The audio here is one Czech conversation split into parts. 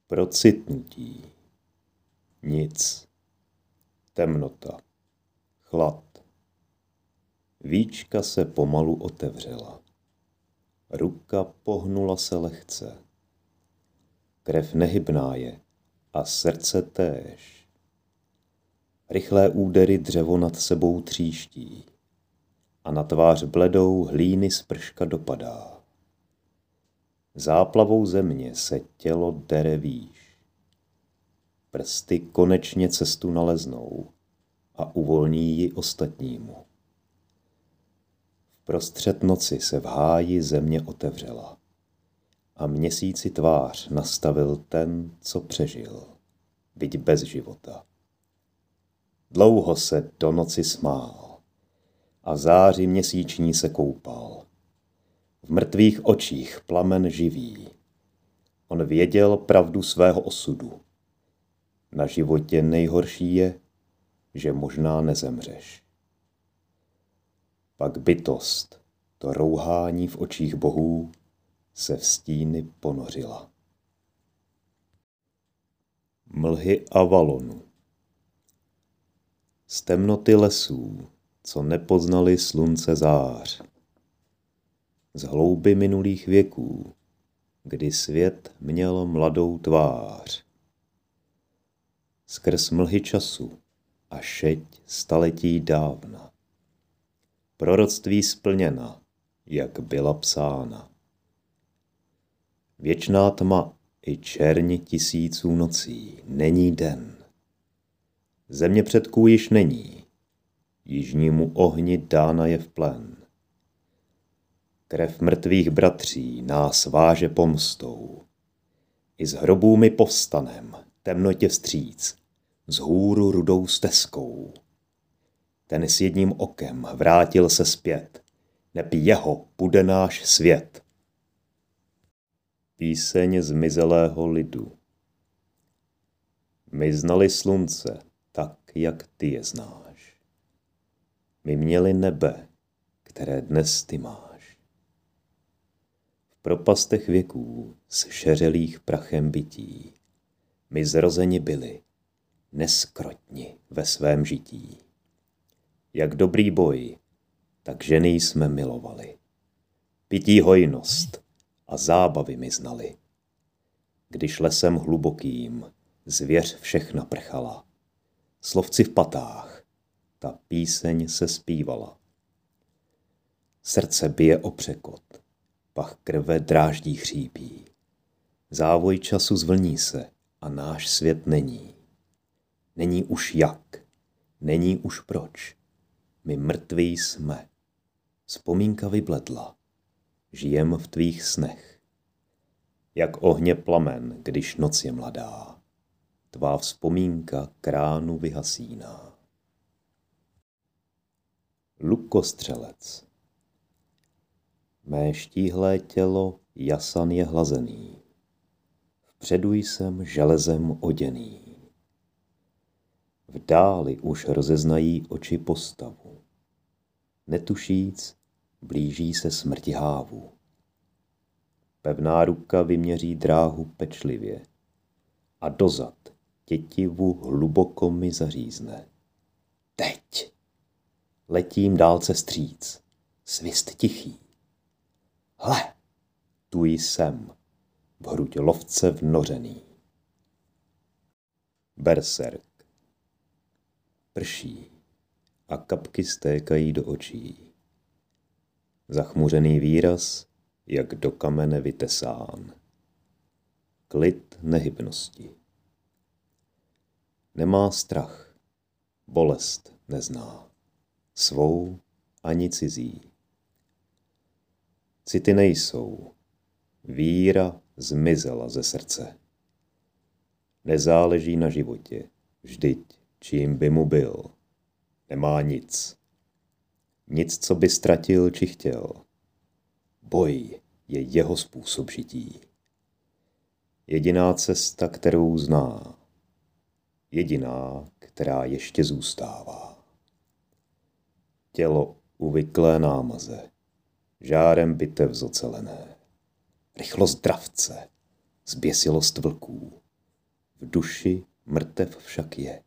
Procitnutí. Nic. Temnota. Chlad. Víčka se pomalu otevřela. Ruka pohnula se lehce. Krev nehybná je a srdce též. Rychlé údery dřevo nad sebou tříští a na tvář bledou hlíny z prška dopadá. Záplavou země se tělo dere výš. Prsty konečně cestu naleznou a uvolní ji ostatnímu. Vprostřed noci se v háji země otevřela a měsíci tvář nastavil ten, co přežil, byť bez života. Dlouho se do noci smál a v záři měsíční se koupal. V mrtvých očích plamen živý. On věděl pravdu svého osudu. Na životě nejhorší je, že možná nezemřeš. Pak bytost, to rouhání v očích bohů, se v stíny ponořila. Mlhy Avalonu. Z temnoty lesů, co nepoznali slunce zář. Z hlouby minulých věků, kdy svět měl mladou tvář. Skrz mlhy času a šeť staletí dávna. Proroctví splněna, jak byla psána. Věčná tma i čerň tisíců nocí, není den. Země předků již není, jižnímu ohni dána je v plen. Krev mrtvých bratří nás váže pomstou. I z hrobů my povstanem, temnotě vstříc, vzhůru rudou stezkou. Ten s jedním okem vrátil se zpět, neb jeho bude náš svět. Píseň zmizelého lidu. My znali slunce, tak, jak ty je znáš. My měli nebe, které dnes ty máš. V propastech věků, zšeřelých prachem bytí, my zrozeni byli, neskrotni ve svém žití. Jak dobrý boj, tak ženy jsme milovali. Pití hojnost a zábavy my znali. Když lesem hlubokým zvěř všechna prchala, slovci v patách, ta píseň se zpívala. Srdce bije o překot, pach krve dráždí chřípí. Závoj času zvlní se a náš svět není. Není už jak, není už proč. My mrtví jsme. Vzpomínka vybledla. Žijem v tvých snech. Jak ohně plamen, když noc je mladá. Tvá vzpomínka kránu vyhasíná. Lukostřelec. Mé štíhlé tělo jasan je hlazený. Vpředu jsem železem oděný. V dáli už rozeznají oči postavu. Netušíc, blíží se smrti hávu. Pevná ruka vyměří dráhu pečlivě a dozad tětivu hluboko mi zařízne. Teď! Letím dálce vstříc, svist tichý. Hle, tu jsem, v hruď lovce vnořený. Berserk. Prší a kapky stékají do očí. Zachmuřený výraz, jak do kamene vytesán. Klid nehybnosti. Nemá strach, bolest nezná, svou ani cizí. City nejsou, víra zmizela ze srdce. Nezáleží na životě, vždyť čím by mu byl. Nemá nic. Nic, co by ztratil či chtěl. Boj je jeho způsob žití. Jediná cesta, kterou zná. Jediná, která ještě zůstává. Tělo uvyklé námaze, žárem bitev zocelené. Rychlost dravce, zběsilost vlků, v duši mrtev však je.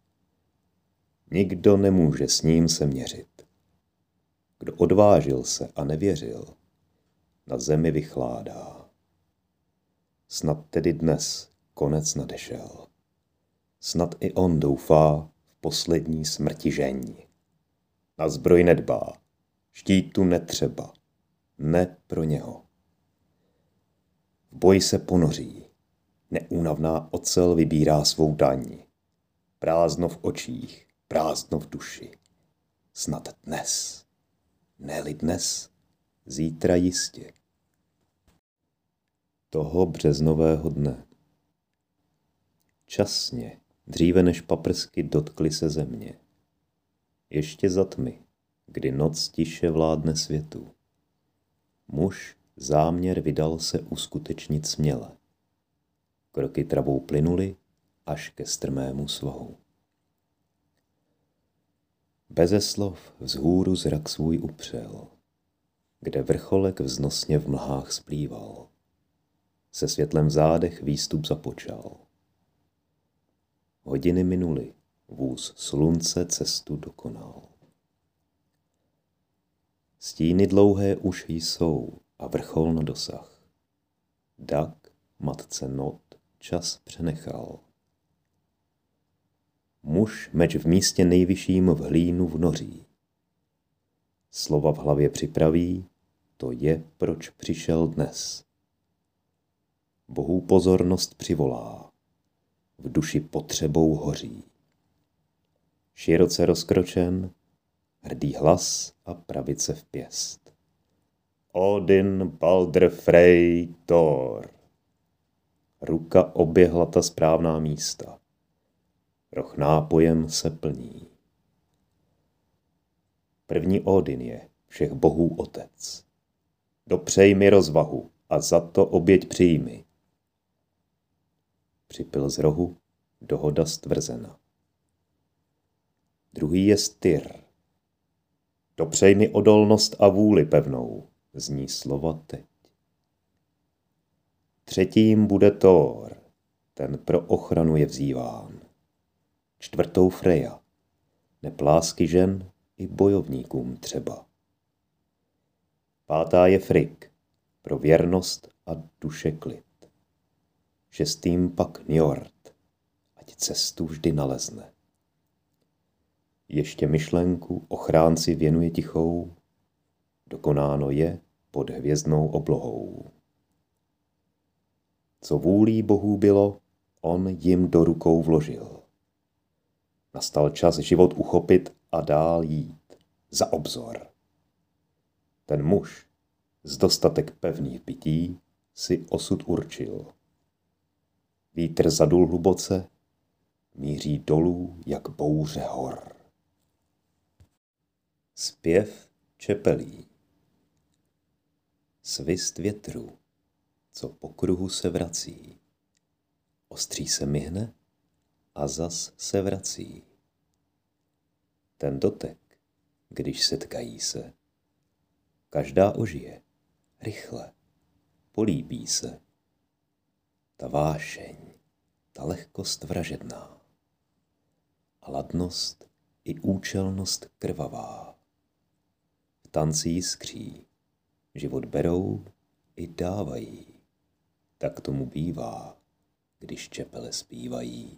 Nikdo nemůže s ním se měřit. Kdo odvážil se a nevěřil, na zemi vychládá. Snad tedy dnes konec nadešel. Snad i on doufá v poslední smrtižeň. Na zbroj nedbá, štítu netřeba, ne pro něho. V boji se ponoří, neúnavná ocel vybírá svou daň. Prázdno v očích, prázdno v duši. Snad dnes, ne-li dnes, zítra jistě. Toho březnového dne. Časně, dříve než paprsky dotkly se země. Ještě za tmy, kdy noc tiše vládne světu. Muž záměr vydal se uskutečnit směle. Kroky travou plynuly až ke strmému svahu. Beze slov vzhůru zrak svůj upřel, kde vrcholek vznosně v mlhách splýval. Se světlem v zádech výstup započal. Hodiny minuly, vůz slunce cestu dokonal. Stíny dlouhé už jsou a vrchol na dosah. Dak matce not čas přenechal. Muž meč v místě nejvyšším v hlínu vnoří. Slova v hlavě připraví, to je, proč přišel dnes. Bohů pozornost přivolá, v duši potřebou hoří. Široce rozkročen, hrdý hlas a pravice v pěst. Odin, Baldr, Frey, Thor. Ruka oběhla ta správná místa. Roh nápojem se plní. První Odin je všech bohů otec. Dopřej mi rozvahu a za to oběť přijmi. Připil z rohu, dohoda stvrzena. Druhý je Styr. Dopřej mi odolnost a vůli pevnou, zní slova teď. Třetím bude Thor, ten pro ochranu je vzýván. Čtvrtou Freja, neplásky žen i bojovníkům třeba. Pátá je Frigg, pro věrnost a duše klid. Šestým pak Njord, ať cestu vždy nalezne. Ještě myšlenku ochránci věnuje tichou, dokonáno je pod hvězdnou oblohou. Co vůlí bohů bylo, on jim do rukou vložil. Nastal čas život uchopit a dál jít, za obzor. Ten muž, z dostatek pevný v bytí, si osud určil. Vítr zadul hluboce, míří dolů jak bouře hor. Zpěv čepelí. Svist větru, co po kruhu se vrací. Ostří se myhne a zas se vrací. Ten dotek, když setkají se, každá ožije, rychle, políbí se. Ta vášeň, ta lehkost vražedná, a ladnost i účelnost krvavá. V tanci jiskří, život berou i dávají. Tak tomu bývá, když čepele zpívají.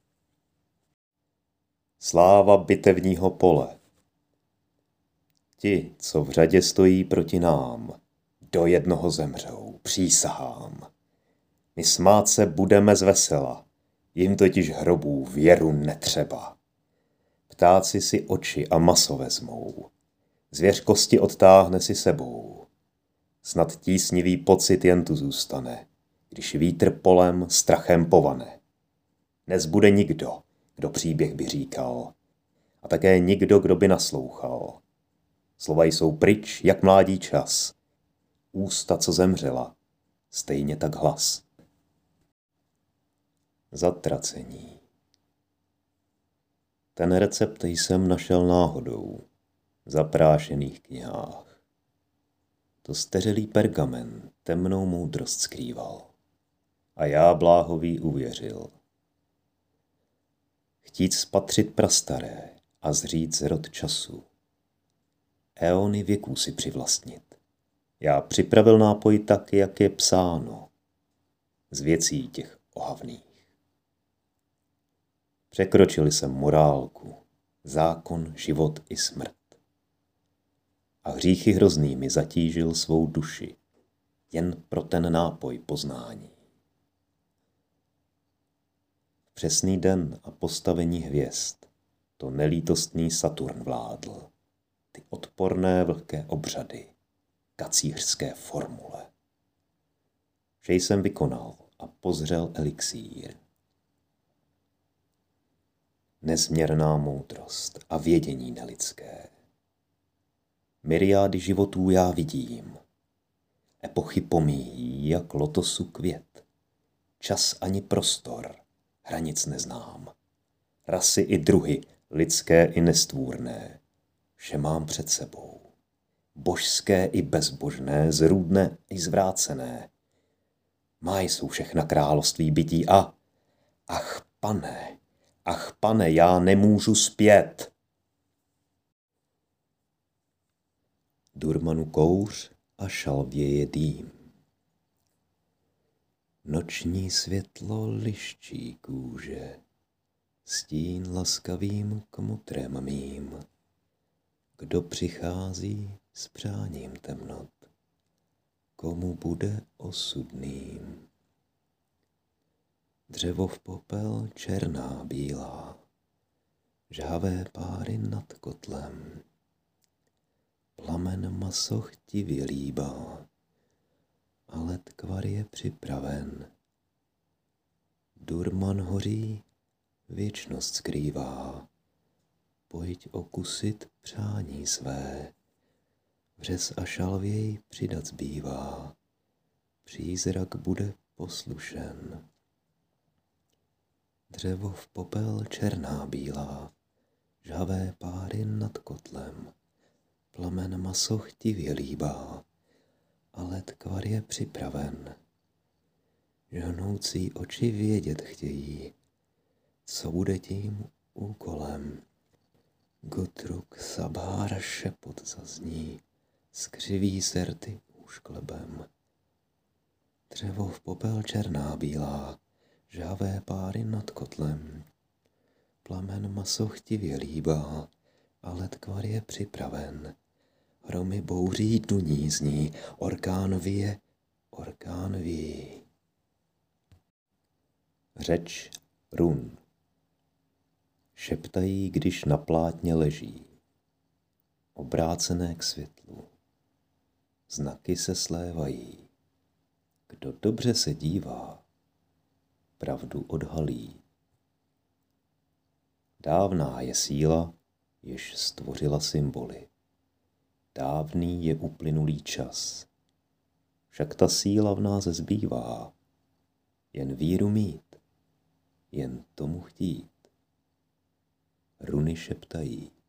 Sláva bitevního pole. Ti, co v řadě stojí proti nám, do jednoho zemřou, přísahám. My smát se budeme zvesela, jim totiž hrobů věru netřeba. Ptáci si oči a maso vezmou, zvěř kosti odtáhne si sebou. Snad tísnivý pocit jen tu zůstane, když vítr polem strachem povane. Nezbude nikdo, kdo příběh by říkal, a také nikdo, kdo by naslouchal. Slova jsou pryč, jak mládí čas. Ústa, co zemřela, stejně tak hlas. Zatracení. Ten recept jsem našel náhodou v zaprášených knihách. To steřelý pergamen temnou moudrost skrýval. A já bláhový uvěřil. chtít spatřit prastaré a zřít zrod času. Éony věků si přivlastnit. Já připravil nápoj tak, jak je psáno, z věcí těch ohavných. Překročili jsem morálku, zákon, život i smrt. A hříchy hroznými zatížil svou duši, jen pro ten nápoj poznání. Přesný den a postavení hvězd to nelítostný Saturn vládl, ty odporné vlhké obřady, kacířské formule. Vše jsem vykonal a pozřel elixír. Nezměrná moudrost a vědění nelidské. Myriády životů já vidím. Epochy pomíjí, jak lotosu květ. Čas ani prostor, hranic neznám. Rasy i druhy, lidské i nestvůrné, vše mám před sebou. Božské i bezbožné, zrůdné i zvrácené. Má jsou všechna království bytí a... Ach, pane, já nemůžu zpět. Durmanu kouř a šalvěje dým. Noční světlo liščí kůže, stín laskavým kmotrem mým. Kdo přichází s přáním temnot, komu bude osudným. Dřevo v popel černá bílá, žhavé páry nad kotlem. Plamen maso chtivě líbá, ale tkvar je připraven. Durman hoří, věčnost skrývá, pojď okusit přání své. Vřez a šalvěj přidat zbývá, přízrak bude poslušen. Dřevo v popel černá bílá, žhavé páry nad kotlem. Plamen maso chtivě líbá, ale tkvar je připraven. Žhnoucí oči vědět chtějí, co bude tím úkolem. Gutruk Sabhára šepot zazní, skřiví se rty úšklebem. Dřevo v popel černá bílá, žhavé páry nad kotlem. Plamen maso chtivě líbá, ale tkvar je připraven. Hromy bouří, duní zní, orkán ví. Řeč run. Šeptají, když na plátně leží, obrácené k světlu. Znaky se slévají. Kdo dobře se dívá, pravdu odhalí. Dávná je síla, jež stvořila symboly. Dávný je uplynulý čas. Však ta síla v nás zbývá. Jen víru mít, jen tomu chtít. Runy šeptají.